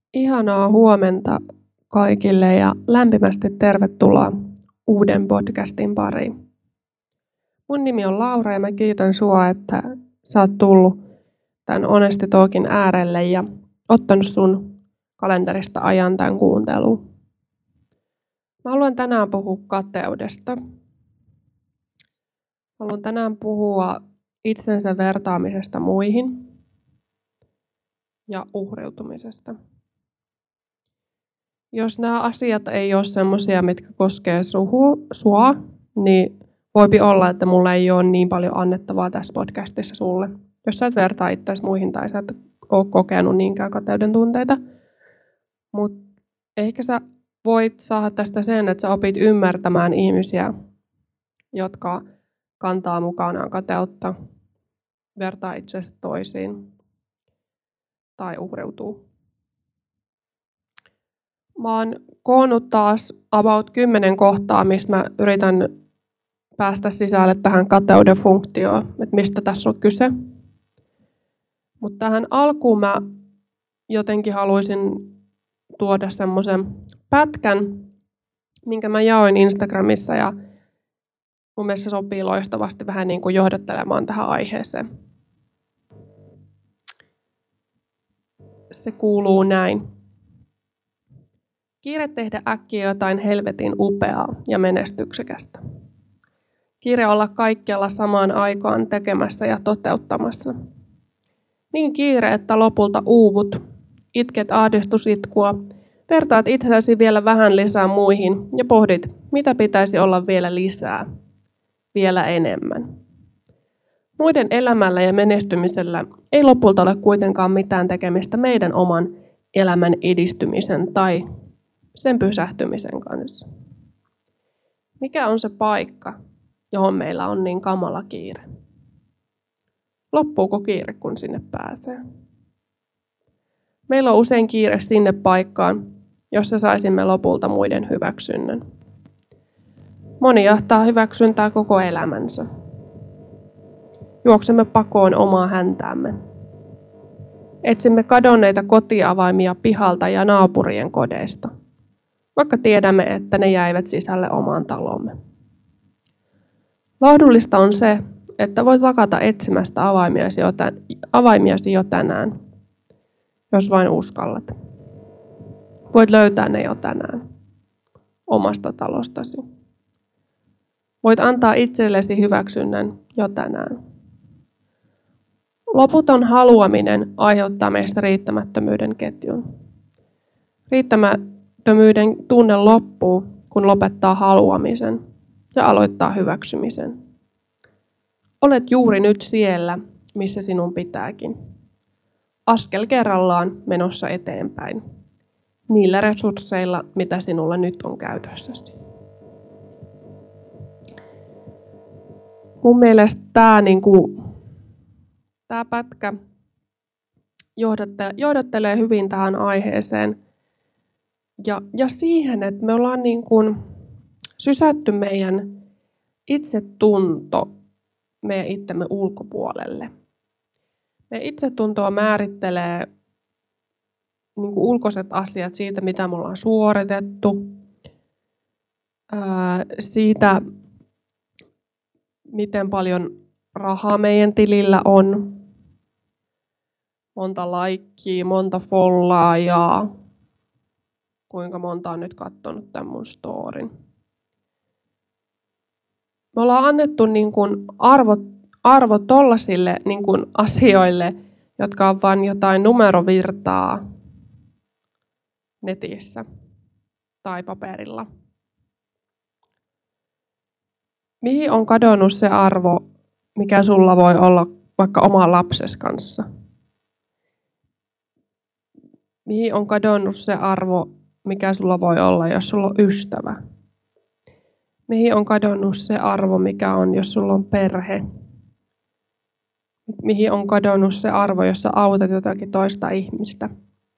Ihanaa huomenta kaikille ja lämpimästi tervetuloa uuden podcastin pariin. Mun nimi on Laura ja mä kiitän sua, että sä oot tullut tämän Honesty Talkin äärelle ja ottanut sun kalenterista ajan tämän kuunteluun. Mä haluan tänään puhua kateudesta. Haluan tänään puhua itsensä vertaamisesta muihin ja uhriutumisesta. Jos nämä asiat ei ole semmoisia, mitkä koskee sua, niin voipi olla, että mulla ei ole niin paljon annettavaa tässä podcastissa sulle. Jos sä et vertaa itseäsi muihin tai sä et ole kokenut niinkään kateuden tunteita. Mutta ehkä sä voit saada tästä sen, että sä opit ymmärtämään ihmisiä, jotka kantaa mukanaan kateutta, vertaa itseäsi toisiin tai uhriutuu. Mä oon koonnut taas about 10 kohtaa, mistä mä yritän päästä sisälle tähän kateuden funktioon, että mistä tässä on kyse. Mutta tähän alkuun mä jotenkin haluaisin tuoda semmoisen pätkän, minkä mä jaoin Instagramissa ja mun mielestä se sopii loistavasti vähän niin kuin johdattelemaan tähän aiheeseen. Se kuuluu näin. Kiire tehdä äkkiä jotain helvetin upeaa ja menestyksekästä. Kiire olla kaikkialla samaan aikaan tekemässä ja toteuttamassa. Niin kiire, että lopulta uuvut, itket ahdistusitkua, vertaat itseäsi vielä vähän lisää muihin ja pohdit, mitä pitäisi olla vielä lisää, vielä enemmän. Muiden elämällä ja menestymisellä ei lopulta ole kuitenkaan mitään tekemistä meidän oman elämän edistymisen tai sen pysähtymisen kanssa. Mikä on se paikka, johon meillä on niin kamala kiire? Loppuuko kiire, kun sinne pääsee? Meillä on usein kiire sinne paikkaan, jossa saisimme lopulta muiden hyväksynnän. Moni jahtaa hyväksyntää koko elämänsä. Juoksemme pakoon omaa häntäämme. Etsimme kadonneita kotiavaimia pihalta ja naapurien kodeista, vaikka tiedämme, että ne jäivät sisälle omaan talomme. Lohdullista on se, että voit lakata etsimästä avaimiasi jo tänään, jos vain uskallat. Voit löytää ne jo tänään omasta talostasi. Voit antaa itsellesi hyväksynnän jo tänään. Loputon haluaminen aiheuttaa meistä riittämättömyyden ketjun. Riittämättömyyden tunne loppuu, kun lopettaa haluamisen ja aloittaa hyväksymisen. Olet juuri nyt siellä, missä sinun pitääkin. Askel kerrallaan menossa eteenpäin. Niillä resursseilla, mitä sinulla nyt on käytössäsi. Mun mielestä tämä pätkä johdattelee hyvin tähän aiheeseen. Ja siihen, että me ollaan sysätty meidän itsetunto meidän itsemme ulkopuolelle. Meidän itsetuntoa määrittelee ulkoiset asiat siitä, mitä me ollaan suoritettu, siitä, miten paljon rahaa meidän tilillä on, monta laikkia, monta follaajaa, kuinka monta on nyt katsonut tämän mun storin. Me ollaan annettu arvo tollasille asioille, jotka on vain jotain numerovirtaa netissä tai paperilla. Mihin on kadonnut se arvo, mikä sulla voi olla vaikka oman lapses kanssa? Mihin on kadonnut se arvo, mikä sulla voi olla, jos sulla on ystävä? Mihin on kadonnut se arvo, mikä on, jos sulla on perhe? Mihin on kadonnut se arvo, jos sä autat jotakin toista ihmistä?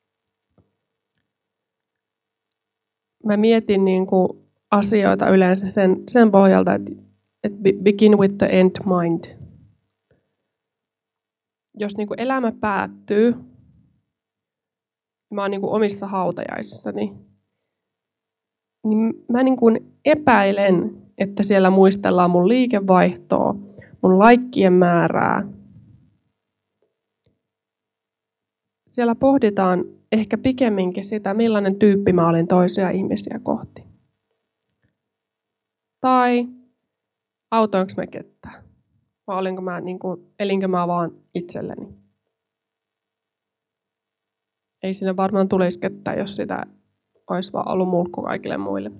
Mä mietin asioita yleensä sen pohjalta, että begin with the end mind. Jos elämä päättyy, mä oon niin kuin omissa hautajaisissani, niin mä niin kuin epäilen, että siellä muistellaan mun liikevaihtoa, mun laikkien määrää. Siellä pohditaan ehkä pikemminkin sitä, millainen tyyppi mä olin toisia ihmisiä kohti. Tai autoinko mä ketään? Vai elinkö mä vaan itselleni? Ei siinä varmaan tulisi ketään, jos sitä olisi vaan ollut mulkku kaikille muille.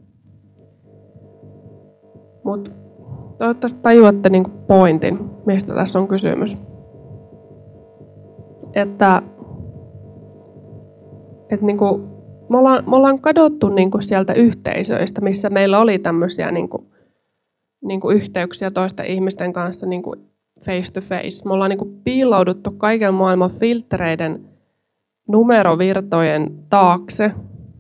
Mutta toivottavasti tajuatte niinku pointin, mistä tässä on kysymys. Että niinku, me ollaan kadottu niinku sieltä yhteisöistä, missä meillä oli tämmöisiä niinku yhteyksiä toisten ihmisten kanssa niinku face to face. Me ollaan niinku piilouduttu kaiken maailman filtreiden numerovirtojen taakse.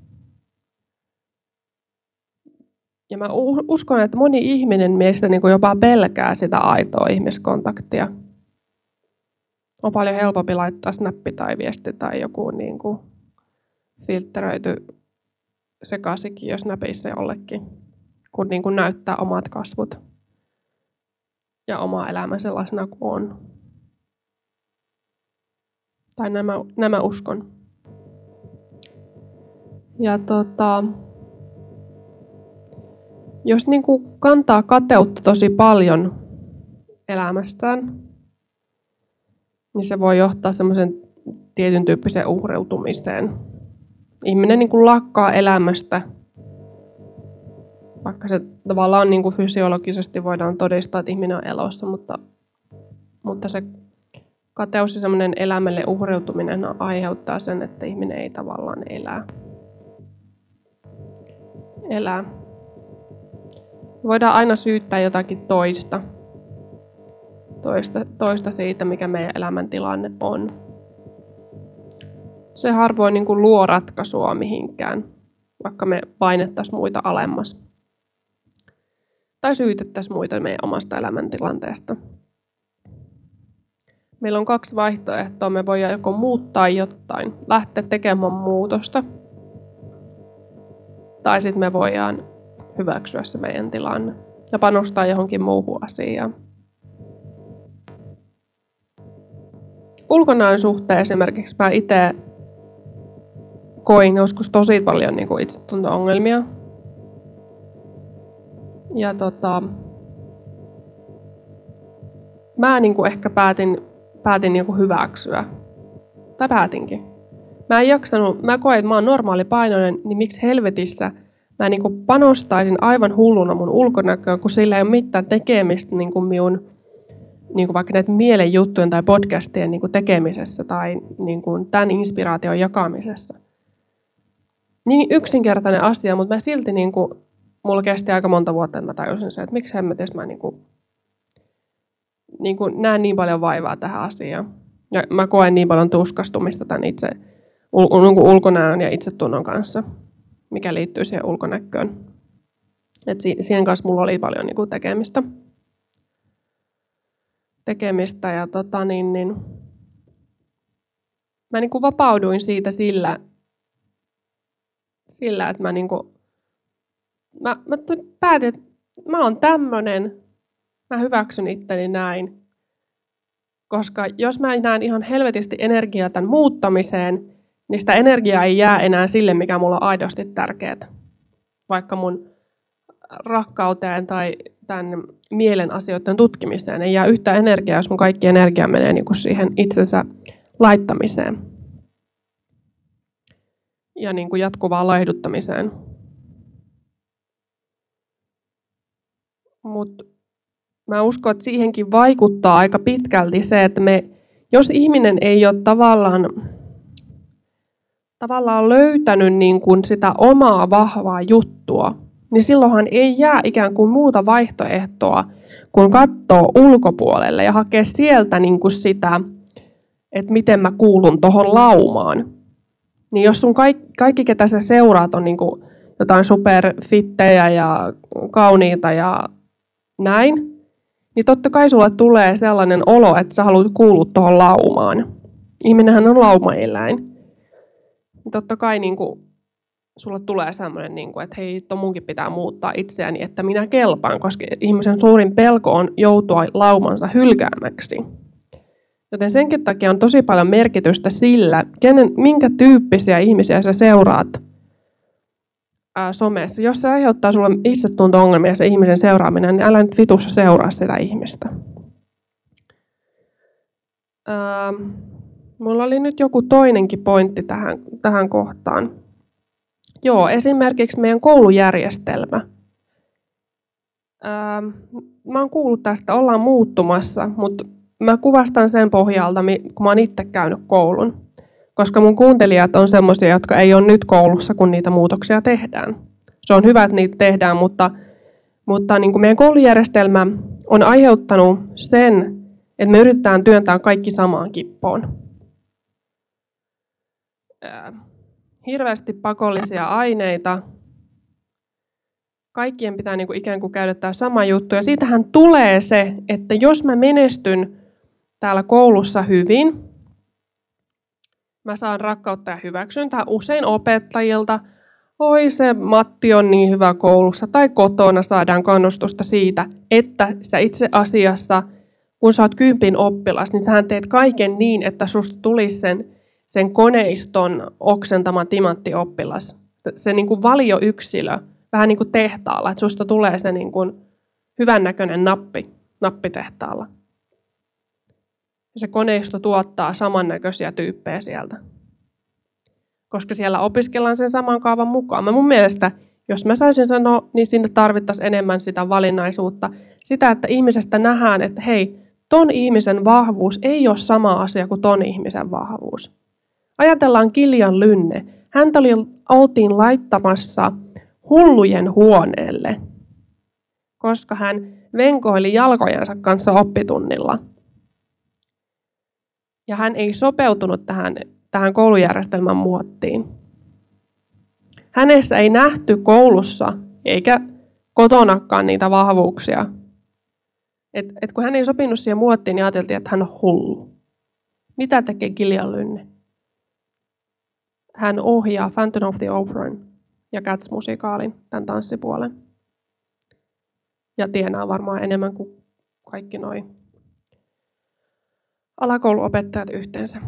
Ja mä uskon, että moni ihminen meistä niinku jopa pelkää sitä aitoa ihmiskontaktia. On paljon helpompi laittaa snappi tai viesti tai joku niinku filtteröity sekaisinkin jo snapissa jollekin, kun niinku näyttää omat kasvot ja oma elämä sellaisena kuin on. Tai nämä uskon. Ja jos niinku kantaa kateutta tosi paljon elämästään, niin se voi johtaa semmoisen tietyn tyyppiseen uhriutumiseen. Ihminen niinku lakkaa elämästä, vaikka se tavallaan niinku fysiologisesti voidaan todistaa, että ihminen on elossa, mutta se kateus ja semmoinen elämälle uhriutuminen aiheuttaa sen, että ihminen ei tavallaan elää. Voidaan aina syyttää jotakin toista siitä, mikä meidän elämäntilanne on. Se harvoin niin kuin luo ratkaisua mihinkään, vaikka me painettaisiin muita alemmas. Tai syytettäisiin muita meidän omasta elämäntilanteesta. Meillä on 2 vaihtoehtoa. Me voidaan joko muuttaa jotain, lähteä tekemään muutosta, tai sitten me voidaan hyväksyä se meidän tilanne ja panostaa johonkin muuhun asiaan. Ulkonäön suhteen esimerkiksi mä itse koin joskus tosi paljon niin kuin itsetunto-ongelmia. Ja mä niin kuin ehkä päätin niin kuin hyväksyä. Tai päätinkin. Mä koen, että mä oon normaalipainoinen, niin miksi helvetissä mä niin kuin panostaisin aivan hulluna mun ulkonäköön, kun sillä ei ole mitään tekemistä niin kuin minun niin kuin vaikka näiden mielen juttujen tai podcastien niin kuin tekemisessä tai niin kuin tämän inspiraation jakamisessa. Niin yksinkertainen asia, mutta mä silti niin kuin, mulla kesti aika monta vuotta, että mä tajusin se, että miksi hemmetissä mä niin kuin näen niin paljon vaivaa tähän asiaan. Ja mä koen niin paljon tuskastumista tämän itse ulkonäön ja itsetunnon kanssa, mikä liittyy siihen ulkonäköön. Et siihen kanssa mulla oli paljon niin kuin tekemistä ja mä niin kuin vapauduin siitä sillä että mä päätin, että mä oon tämmönen, mä hyväksyn itteni näin. Koska jos mä näen ihan helvetisti energiaa tämän muuttamiseen, niin sitä energiaa ei jää enää sille, mikä mulla on aidosti tärkeää. Vaikka mun rakkauteen tai tämän mielen asioiden tutkimiseen ei jää yhtään energiaa, jos mun kaikki energia menee niin kuin siihen itsensä laittamiseen. Ja niin kuin jatkuvaan laihduttamiseen. Mutta mä uskon, että siihenkin vaikuttaa aika pitkälti se, että jos ihminen ei ole tavallaan löytänyt niin kuin sitä omaa vahvaa juttua, niin silloinhan ei jää ikään kuin muuta vaihtoehtoa, kun katsoo ulkopuolelle ja hakee sieltä niin kuin sitä, että miten mä kuulun tohon laumaan. Niin jos sun kaikki ketä sä seuraat, on niin kuin jotain superfittejä ja kauniita ja näin, niin totta kai sulle tulee sellainen olo, että sä haluat kuulua tuohon laumaan. Ihminenhän on laumaeläin. totta kai niin kuin, sulle tulee sellainen, niin kuin, että hei, munkin pitää muuttaa itseäni, että minä kelpaan, koska ihmisen suurin pelko on joutua laumansa hylkäämäksi. Joten senkin takia on tosi paljon merkitystä sillä, minkä tyyppisiä ihmisiä sä seuraat somessa. Jos se aiheuttaa sulle itsetunto-ongelmia se ihmisen seuraaminen, niin älä nyt vitussa seuraa sitä ihmistä. Mulla oli nyt joku toinenkin pointti tähän kohtaan. Joo, esimerkiksi meidän koulujärjestelmä. Mä oon kuullut tästä, ollaan muuttumassa, mutta mä kuvastan sen pohjalta, kun mä oon itse käynyt koulun. Koska mun kuuntelijat on semmoisia, jotka ei ole nyt koulussa, kun niitä muutoksia tehdään. Se on hyvä, että niitä tehdään, mutta niin kuin meidän koulujärjestelmä on aiheuttanut sen, että me yritetään työntää kaikki samaan kippoon. Hirveästi pakollisia aineita. Kaikkien pitää niin kuin ikään kuin käydä tämä sama juttu. Ja siitähän tulee se, että jos mä menestyn täällä koulussa hyvin, mä saan rakkautta ja hyväksyntää usein opettajilta. Oi, se Matti on niin hyvä koulussa. Tai kotona saadaan kannustusta siitä, että sä itse asiassa, kun sä oot 10 oppilas, niin sähän teet kaiken niin, että susta tulisi sen koneiston oksentama timanttioppilas. Se niin kuin valioyksilö, vähän niin kuin tehtaalla, että susta tulee se niin kuin hyvännäköinen nappi tehtaalla. Ja se koneisto tuottaa samannäköisiä tyyppejä sieltä. Koska siellä opiskellaan sen saman kaavan mukaan. Mun mielestä, jos mä saisin sanoa, niin sinne tarvittaisiin enemmän sitä valinnaisuutta. Sitä, että ihmisestä nähdään, että hei, ton ihmisen vahvuus ei ole sama asia kuin ton ihmisen vahvuus. Ajatellaan Kilian Lynne. Häntä oltiin laittamassa hullujen huoneelle, koska hän venkoili jalkojensa kanssa oppitunnilla. Ja hän ei sopeutunut tähän koulujärjestelmän muottiin. Hänessä ei nähty koulussa eikä kotonakaan niitä vahvuuksia. Et kun hän ei sopinut siihen muottiin, niin ajateltiin, että hän on hullu. Mitä tekee Kilian Lynne? Hän ohjaa Phantom of the Opera ja Cats-musikaalin, tämän tanssipuolen. Ja tienaa varmaan enemmän kuin kaikki noi alakouluopettajat yhteensä.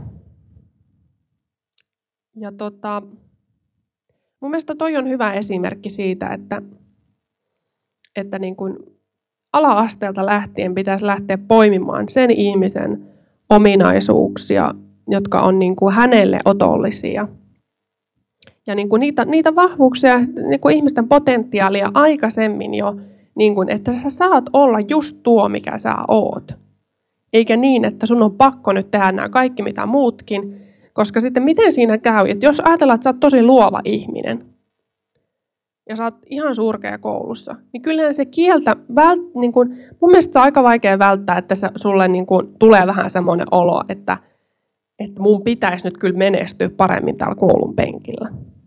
Ja mun mielestä toi on hyvä esimerkki siitä, että niin kuin ala-asteelta lähtien pitäisi lähteä poimimaan sen ihmisen ominaisuuksia, jotka on niin kuin hänelle otollisia. Ja niin kuin niitä vahvuuksia, niin kuin ihmisten potentiaalia aikaisemmin jo, niin kuin, että sä saat olla just tuo, mikä sä oot. Eikä niin, että sun on pakko nyt tehdä nämä kaikki mitä muutkin. Koska sitten miten siinä käy, että jos ajatellaan, että sä oot tosi luova ihminen ja sä oot ihan surkea koulussa, niin kyllähän se kieltä, niin kun, mun mielestä se on aika vaikea välttää, että sulle niin kun tulee vähän semmoinen olo, että mun pitäisi nyt kyllä menestyä paremmin täällä koulun penkillä.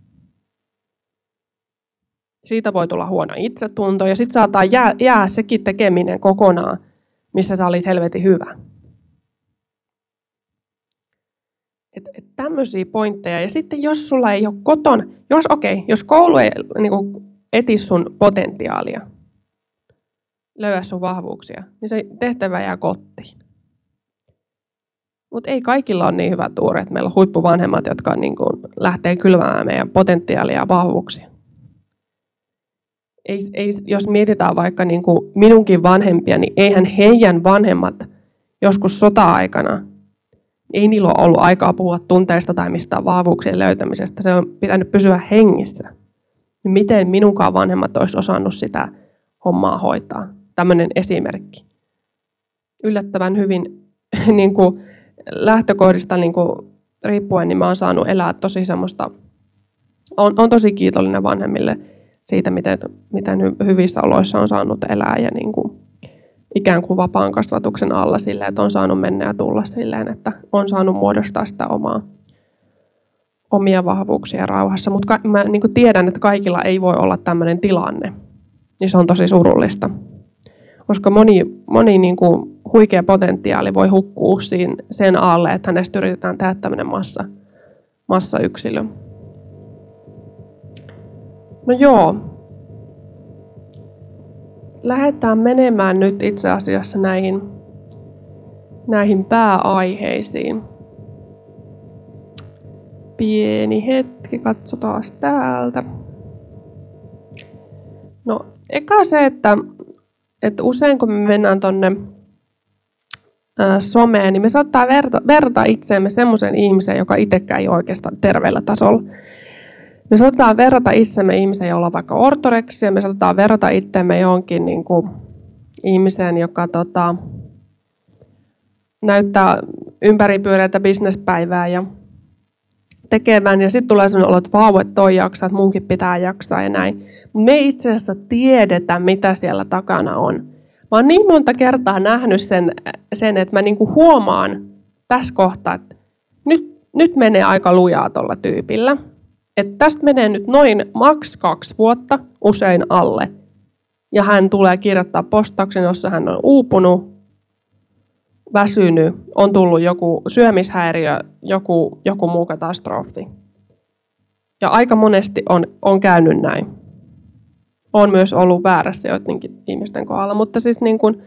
Siitä voi tulla huono itsetunto ja sitten saattaa jää sekin tekeminen kokonaan, missä sä olit helvetin hyvä. Tämmöisiä pointteja. Ja sitten jos sulla ei ole kotona, jos koulu ei niin eti sun potentiaalia, löyä sun vahvuuksia, niin se tehtävä jää kotiin. Mutta ei kaikilla ole niin hyvä tuuri, että meillä on huippuvanhemmat, jotka niin kuin lähtee kylvämään meidän potentiaalia ja vahvuuksia. Jos mietitään vaikka niin kuin minunkin vanhempia, niin eihän heidän vanhemmat joskus sota-aikana, ei niillä ole ollut aikaa puhua tunteista tai mistään vahvuuksien löytämisestä. Se on pitänyt pysyä hengissä. Miten minunkaan vanhemmat olisi osannut sitä hommaa hoitaa? Tämmöinen esimerkki. Yllättävän hyvin niin kuin lähtökohdista niin kuin riippuen, niin mä oon saanut elää tosi semmoista, on tosi kiitollinen vanhemmille siitä, miten hyvissä oloissa on saanut elää ja niin kuin ikään kuin vapaan kasvatuksen alla silleen, että on saanut mennä ja tulla silleen, että on saanut muodostaa sitä omia vahvuuksia rauhassa. Mutta mä niin kuin tiedän, että kaikilla ei voi olla tämmöinen tilanne. Ja se on tosi surullista. Koska moni niin kuin huikea potentiaali voi hukkua sen alle, että hänestä yritetään tehdä tämmöinen massayksilö. No joo. Lähdetään menemään nyt itse asiassa näihin pääaiheisiin. Pieni hetki, katsotaan täältä. No, eka se, että usein kun me mennään tonne someen, niin me saattaa verrata itseemme semmoisen ihmisen, joka itsekään ei ole oikeastaan terveellä tasolla. Me saatetaan verrata itsemme ihmiseen, jolla on vaikka ortoreksia, me saatetaan verrata itseemme johonkin niin kuin ihmiseen, joka näyttää ympäripyöreitä bisnespäivää ja tekemään, ja sitten tulee sellainen olo, että vau, että toi jaksaa, että munkin pitää jaksaa ja näin. Me ei itse asiassa tiedetä, mitä siellä takana on. Mä oon niin monta kertaa nähnyt sen että mä niinku huomaan tässä kohtaa, että nyt menee aika lujaa tuolla tyypillä. Että tästä menee nyt noin maks 2 vuotta, usein alle. Ja hän tulee kirjoittaa postauksen, jossa hän on uupunut, väsynyt, on tullut joku syömishäiriö, joku muu katastrofi. Ja aika monesti on käynyt näin. On myös ollut väärässä joidenkin ihmisten kohdalla, mutta siis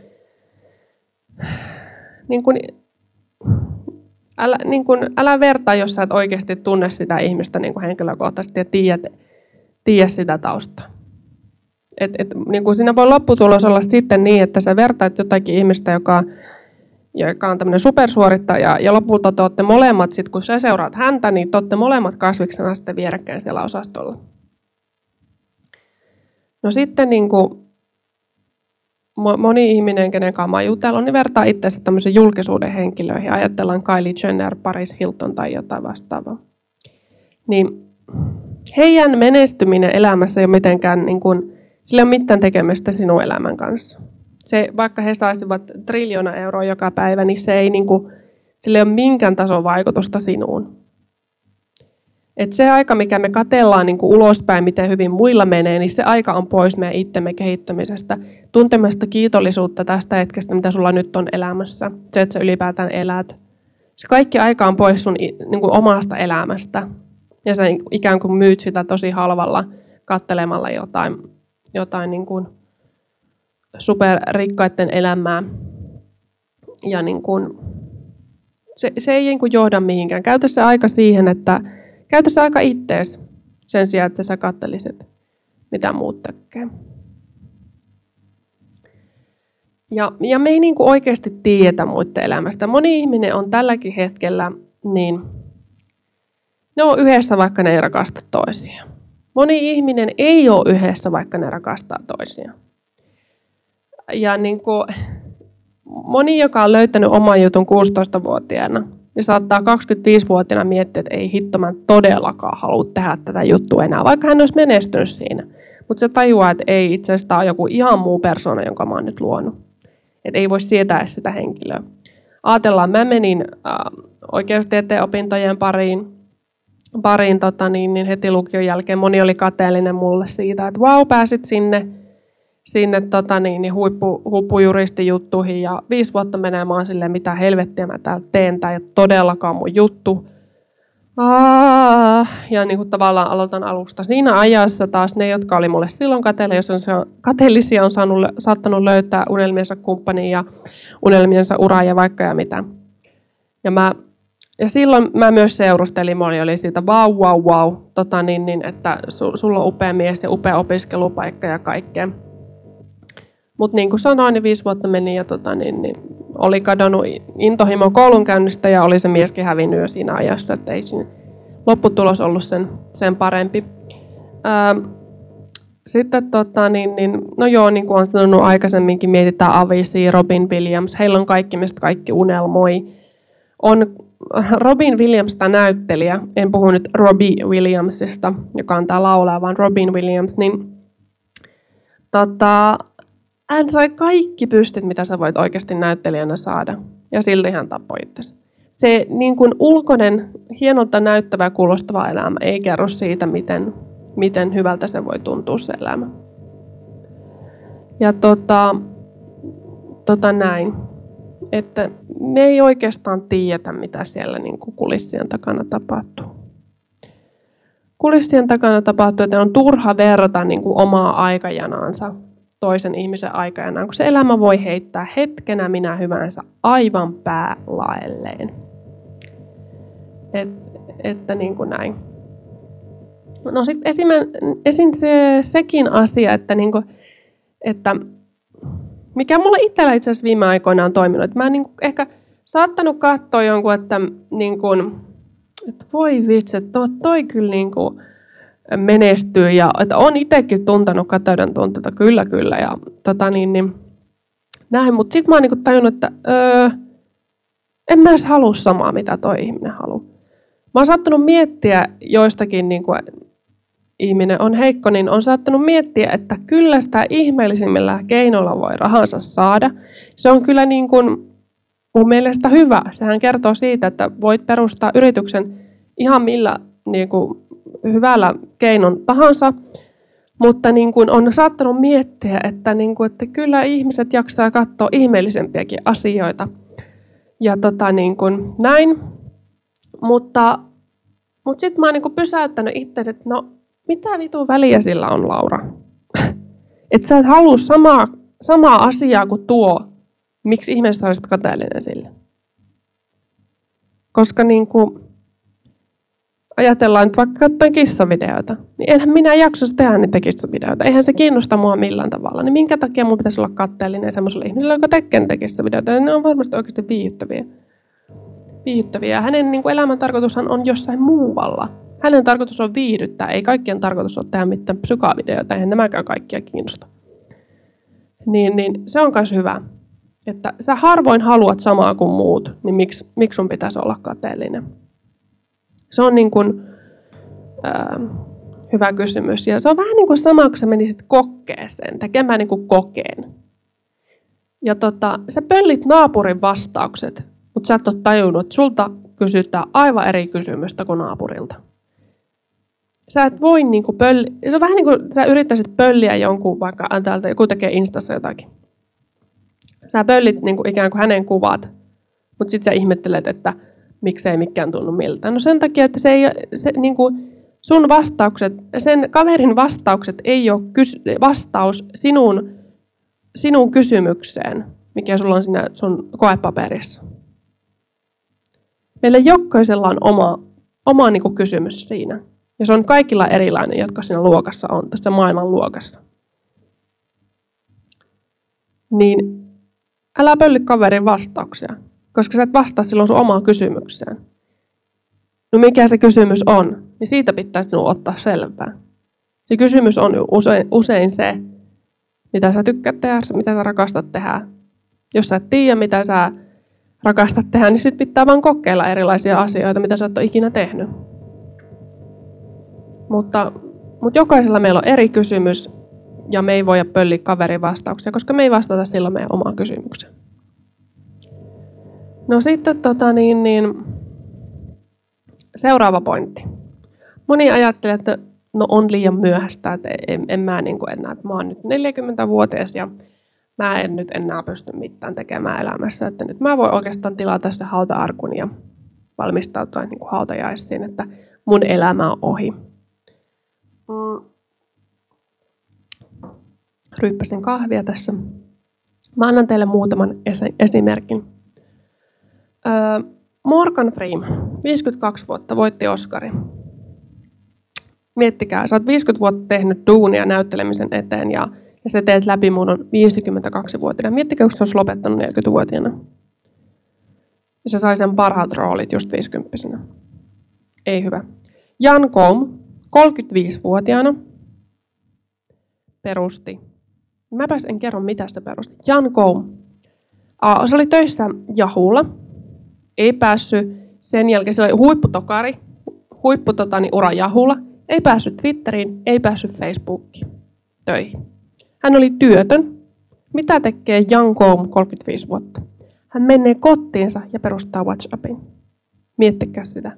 älä vertaa, jos sä et oikeasti tunne sitä ihmistä henkilökohtaisesti ja tiedä sitä taustaa. Siinä voi lopputulos olla sitten niin, että sä vertaat jotakin ihmistä, joka on tämmöinen supersuorittaja, ja lopulta te olette molemmat, sit kun sä seuraat häntä, niin te olette molemmat kasviksena sitten vierekkäin siellä osastolla. No sitten moni ihminen, kenen kanssa mä jutellut, niin vertaa itseänsä tämmöisen julkisuuden henkilöihin. Ajatellaan Kylie Jenner, Paris Hilton tai jotain vastaavaa. Niin heidän menestyminen elämässä ei ole mitenkään, sillä ei ole mitään tekemistä sinun elämän kanssa. Se, vaikka he saisivat 1 triljoona euroa joka päivä, niin sillä ei ole minkään tason vaikutusta sinuun. Et se aika, mikä me katsellaan ulospäin, miten hyvin muilla menee, niin se aika on pois meidän itsemme kehittämisestä, tuntemasta kiitollisuutta tästä hetkestä, mitä sulla nyt on elämässä, se, että sä ylipäätään elät. Se kaikki aika on pois sun omasta elämästä, ja sä ikään kuin myyt sitä tosi halvalla katselemalla jotain superrikkaiden elämää. Ja se ei johda mihinkään. Käytä se aika siihen, että käytä se aika ittees sen sijaan, että sä katselisit, mitä muut tekee. Ja me ei oikeasti tiedetä muiden elämästä. Moni ihminen on tälläkin hetkellä, niin ne on yhdessä, vaikka ne ei rakasta toisiaan. Moni ihminen ei ole yhdessä, vaikka ne rakastaa toisiaan. Ja moni, joka on löytänyt oman jutun 16-vuotiaana, niin saattaa 25-vuotiaana miettiä, että ei hitto, mä en todellakaan halua tehdä tätä juttua enää, vaikka hän olisi menestynyt siinä. Mutta se tajuaa, että ei itse asiassa tämä on joku ihan muu persona, jonka mä oon nyt luonut. Että ei voi sietää sitä henkilöä. Ajatellaan, mä menin oikeustieteen opintojen pariin heti lukion jälkeen. Moni oli kateellinen mulle siitä, että vau, pääsit sinne huippujuristijuttuihin ja 5 vuotta menee, mä oon silleen, mitä helvettiä mä täällä teen, tää ei ole todellakaan mun juttu. Ja tavallaan aloitan alusta. Siinä ajassa taas ne, jotka oli mulle silloin kateellisia, on saattanut löytää unelmiensa kumppanin ja unelmiensa uraa ja vaikka ja mitä. Ja silloin mä myös seurustelin, moni oli siitä vau, että sulla on upea mies ja upea opiskelupaikka ja kaikkea. Mutta niin kuin sanoin, niin 5 vuotta meni ja oli kadonnut intohimo koulunkäynnistä ja oli se mieskin hävinnyt jo siinä ajassa, että ei siinä lopputulos ollut sen parempi. Sitten no joo, niin kuin olen sanonut aikaisemminkin, mietitään Avicii, Robin Williams, heillä on kaikki, mistä kaikki unelmoi. On Robin Williams, tämä näyttelijä, en puhu nyt Robbie Williamsista, joka on tämä laulaja, vaan Robin Williams, niin hän sai kaikki pystyt, mitä sä voit oikeasti näyttelijänä saada. Ja silti hän tappoi itsensä. Se ulkoinen, hienolta näyttävä kuulostava elämä ei kerro siitä, miten hyvältä se voi tuntua se elämä. Ja näin. Että me ei oikeastaan tiedetä, mitä siellä kulissien takana tapahtuu. kulissien takana tapahtuu, että on turha verrata niin kuin omaa aikajanaansa toisen ihmisen aikajanaan, kun se elämä voi heittää hetkenä minä hyvänsä aivan päälaelleen. Että niin kuin näin. No sitten esim. Sekin asia, että, niin kuin, että mikä mulla itsellä itse asiassa viime aikoina on toiminut, että mä en niin kuin ehkä saattanut katsoa jonkun, että, niin kuin, että voi vitsi, että toi kyllä niin kuin menestyy ja että on itsekin tuntenut kateuden tunteita, kyllä ja näin, mutta sitten mä oon niin kuin tajunnut, että en mä edes halua samaa, mitä toi ihminen haluaa. Mä oon saattanut miettiä joistakin, niin kuin ihminen on heikko, niin on saattanut miettiä, että kyllä sitä ihmeellisimmillä keinoilla voi rahansa saada. Se on kyllä niin kuin mun mielestä hyvä. Sehän kertoo siitä, että voit perustaa yrityksen ihan millä niin kuin hyvällä keinon tahansa, mutta niin kuin on saattanut miettiä, että, niin kuin, että kyllä ihmiset jaksaa katsoa ihmeellisempiäkin asioita. Ja niin kuin näin. Mutta sitten mä oon niin kuin pysäyttänyt itseäni, että no mitä vitun väliä sillä on, Laura? Että sä et halua samaa asiaa kuin tuo. Miksi ihmeessä olisit kateellinen sille? Koska niin kuin ajatellaan nyt vaikka jotain kissavideoita, niin enhän minä jaksaisi tehdä niitä kissavideoita. Eihän se kiinnosta mua millään tavalla. Niin minkä takia mun pitäisi olla kateellinen semmoiselle ihmiselle, joka tekee niitä kissavideoita? Ne on varmasti oikeasti viihdyttäviä. Ja hänen niin kuin elämän tarkoitushan on jossain muualla. Hänen tarkoitus on viihdyttää. Ei kaikkien tarkoitus ole tehdä mitään psykavideoita. Eihän nämäkään kaikkia kiinnosta. Niin se on myös hyvä. Että sä harvoin haluat samaa kuin muut, niin miksi sun pitäisi olla kateellinen? Se on niin kuin, hyvä kysymys. Ja se on vähän niin kuin sama, kun sä menisit kokkeeseen, tekemään niin kuin kokeen. Ja sä pöllit naapurin vastaukset, mutta sä et ole tajunnut, että sulta kysytään aivan eri kysymystä kuin naapurilta. Sä et voi niin kuin se on vähän niin kuin sä yrittäisit pölliä jonkun, vaikka täältä joku tekee Instassa jotakin. Sä pöllit niin kuin ikään kuin hänen kuvat, mutta sitten sä ihmettelet, että miksei mikään tunnu miltään. No sen takia, että niin kuin sun vastaukset, sen kaverin vastaukset ei ole vastaus sinun kysymykseen, mikä sulla on siinä sun koepaperissa. Meillä jokaisella on oma niin kuin kysymys siinä. Ja se on kaikilla erilainen, jotka siinä luokassa on, tässä maailman luokassa. Niin älä pölli kaverin vastauksia, koska sä et vastaa silloin sun omaan kysymykseen. No mikä se kysymys on, niin siitä pitää sinun ottaa selvää. Se kysymys on usein se, mitä sä tykkäät tehdä, mitä sä rakastat tehdä. Jos sä et tiedä, mitä sä rakastat tehdä, niin sit pitää vaan kokeilla erilaisia asioita, mitä sä et ole ikinä tehnyt. Mutta jokaisella meillä on eri kysymys, ja me ei voida pölliä kaverin vastauksia, koska me ei vastata silloin meidän omaan kysymykseen. No sitten seuraava pointti. Moni ajattelee, että no on liian myöhäistä, että en mä niin kuin enää, että mä oon nyt 40-vuotias ja mä en nyt enää pysty mitään tekemään elämässä, että nyt mä voin oikeastaan tilata se hauta-arkun ja valmistautua niin kuin hautajaisiin, että mun elämä on ohi. Ryyppäsin kahvia tässä. Mä annan teille muutaman esimerkin. Morgan Freeman, 52 vuotta, voitti Oscarin. Miettikää, sä oot 50 vuotta tehnyt duunia näyttelemisen eteen ja sä teet läpi mun on 52-vuotiaana. Miettikää, kun sä ois lopettanut 40-vuotiaana. Ja se sai sen parhaat roolit just 50-vuotiaana. Ei hyvä. Jan Koum, 35-vuotiaana, perusti. Mäpäs en kerro, mitä se perusti. Jan Koum. Se oli töissä Yahoolla. Ei päässyt sen jälkeen, se oli huipputokari, ura Yahoolla. Ei päässyt Twitteriin, ei päässyt Facebookiin töihin. Hän oli työtön. Mitä tekee Jan Koum 35 vuotta? Hän menee kotiinsa ja perustaa WhatsAppin. Miettikää sitä.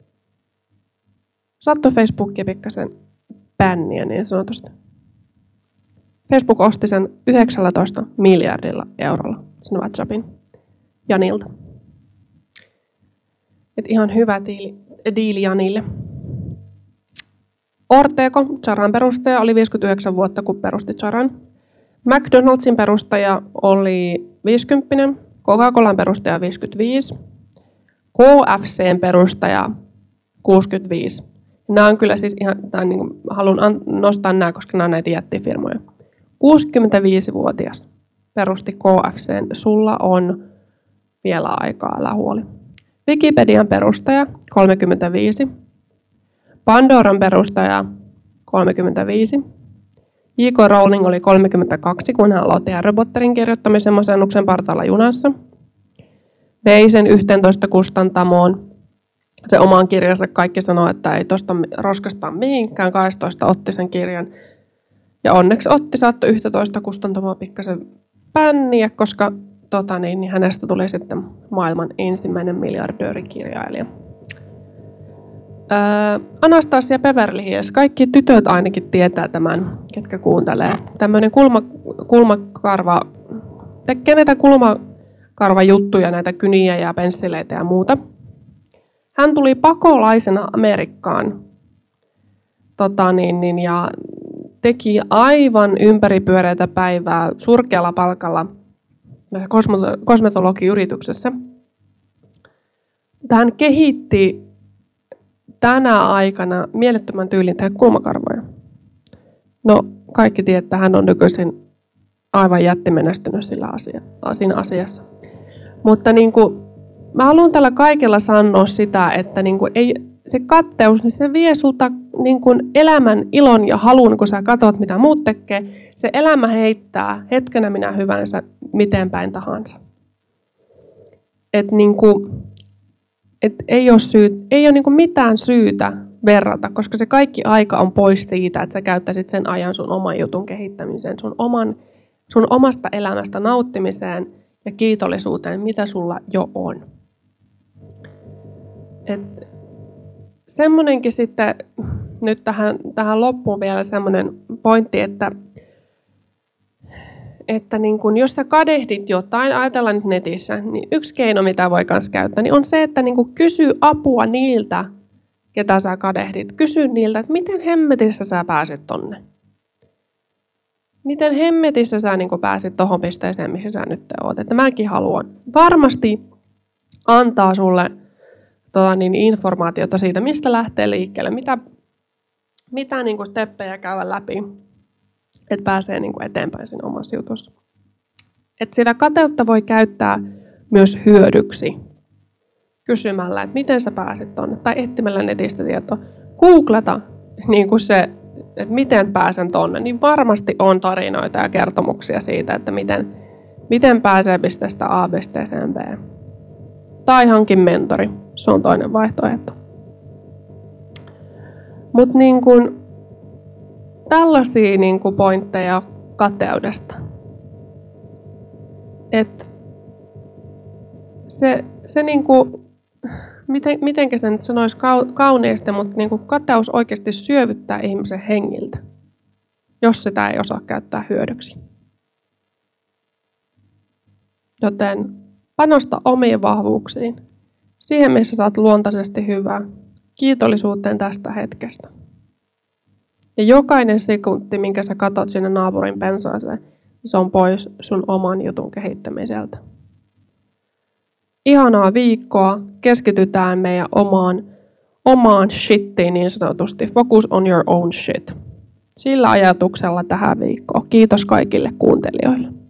Saattoi Facebookia pikkasen bänniä niin sanotusti. Facebook osti sen 19 miljardilla eurolla, sen WhatsAppin, Janilta. Et ihan hyvä diili Janille. Ortega, Zaran perustaja, oli 59 vuotta, kun perusti Zaran. McDonald'sin perustaja oli 50, Coca-Colan perustaja 55, KFCn perustaja 65. Nämä on kyllä siis ihan, haluan nostaa nämä, koska nämä on näitä jättifirmoja. 65-vuotias perusti KFCn. Sulla on vielä aikaa, älä huoli. Wikipedian perustaja 35. Pandoran perustaja 35. J.K. Rowling oli 32, kun hän aloitti Harry Potterin kirjoittamisen masennuksen partaalla junassa. Vei sen 11 kustantamoon. Se omaan kirjansa kaikki sanoo, että ei tuosta roskasta mihinkään. 12 otti sen kirjan. Ja onneksi otti, saattoi 11 kustantamoa pikkasen pänniä, koska niin hänestä tuli sitten maailman ensimmäinen miljardöörikirjailija. Anastasia Beverly Hills. Kaikki tytöt ainakin tietää tämän, ketkä kuuntelee. Tämmöinen kulmakarva, tekee näitä kulmakarvajuttuja, näitä kyniä ja pensseleitä ja muuta. Hän tuli pakolaisena Amerikkaan ja teki aivan ympäripyöreitä päivää surkealla palkalla kosmetologiyrityksessä. Hän kehitti tänä aikana mielettömän tyylin tehdä kulmakarvoja. No, kaikki tietää, että hän on nykyisin aivan jättimenestynyt siinä asiassa. Mutta mä haluan tällä kaikella sanoa sitä, että ei, se katteus, niin se vie sulta elämän ilon ja halun, kun sä katsot, mitä muut tekee. Se elämä heittää hetkenä minä hyvänsä miten päin tahansa. Ei ole mitään syytä verrata, koska se kaikki aika on pois siitä, että sä käyttäisit sen ajan sun oman jutun kehittämiseen, sun omasta elämästä nauttimiseen ja kiitollisuuteen, mitä sulla jo on. Semmoinenkin sitten nyt tähän loppuun vielä semmoinen pointti, että jos sä kadehdit jotain, ajatellaan nyt netissä, niin yksi keino, mitä voi myös käyttää, niin on se, että kysy apua niiltä, ketä sä kadehdit. Kysy niiltä, että miten hemmetissä sä pääsit tonne. Miten hemmetissä sä pääsit tohon pisteeseen, missä sä nyt oot. Että mäkin haluan. Varmasti antaa sulle informaatiota siitä, mistä lähtee liikkeelle, mitä steppejä käydä läpi, että pääsee eteenpäin siinä omassa jutussa. Että sitä kateutta voi käyttää myös hyödyksi kysymällä, että miten sä pääsit tonne, tai etsimällä netistä tietoa. Googlata se, että miten pääsen tonne, niin varmasti on tarinoita ja kertomuksia siitä, että miten pääsee pisteestä A pisteeseen B. Tai hankin mentori, se on toinen vaihtoehto. Mutta tällaisia pointteja kateudesta. Et se mitenkä se nyt sanoisi kauneasti, mutta kateus oikeasti syövyttää ihmisen hengiltä, jos sitä ei osaa käyttää hyödyksi. Joten panosta omiin vahvuuksiin, siihen missä sä oot luontaisesti hyvä, kiitollisuuteen tästä hetkestä. Ja jokainen sekunti, minkä sä katot sinne naapurin pensaaseen, se on pois sun oman jutun kehittämiseltä. Ihanaa viikkoa, keskitytään meidän omaan shittiin niin sanotusti. Focus on your own shit. Sillä ajatuksella tähän viikkoon. Kiitos kaikille kuuntelijoille.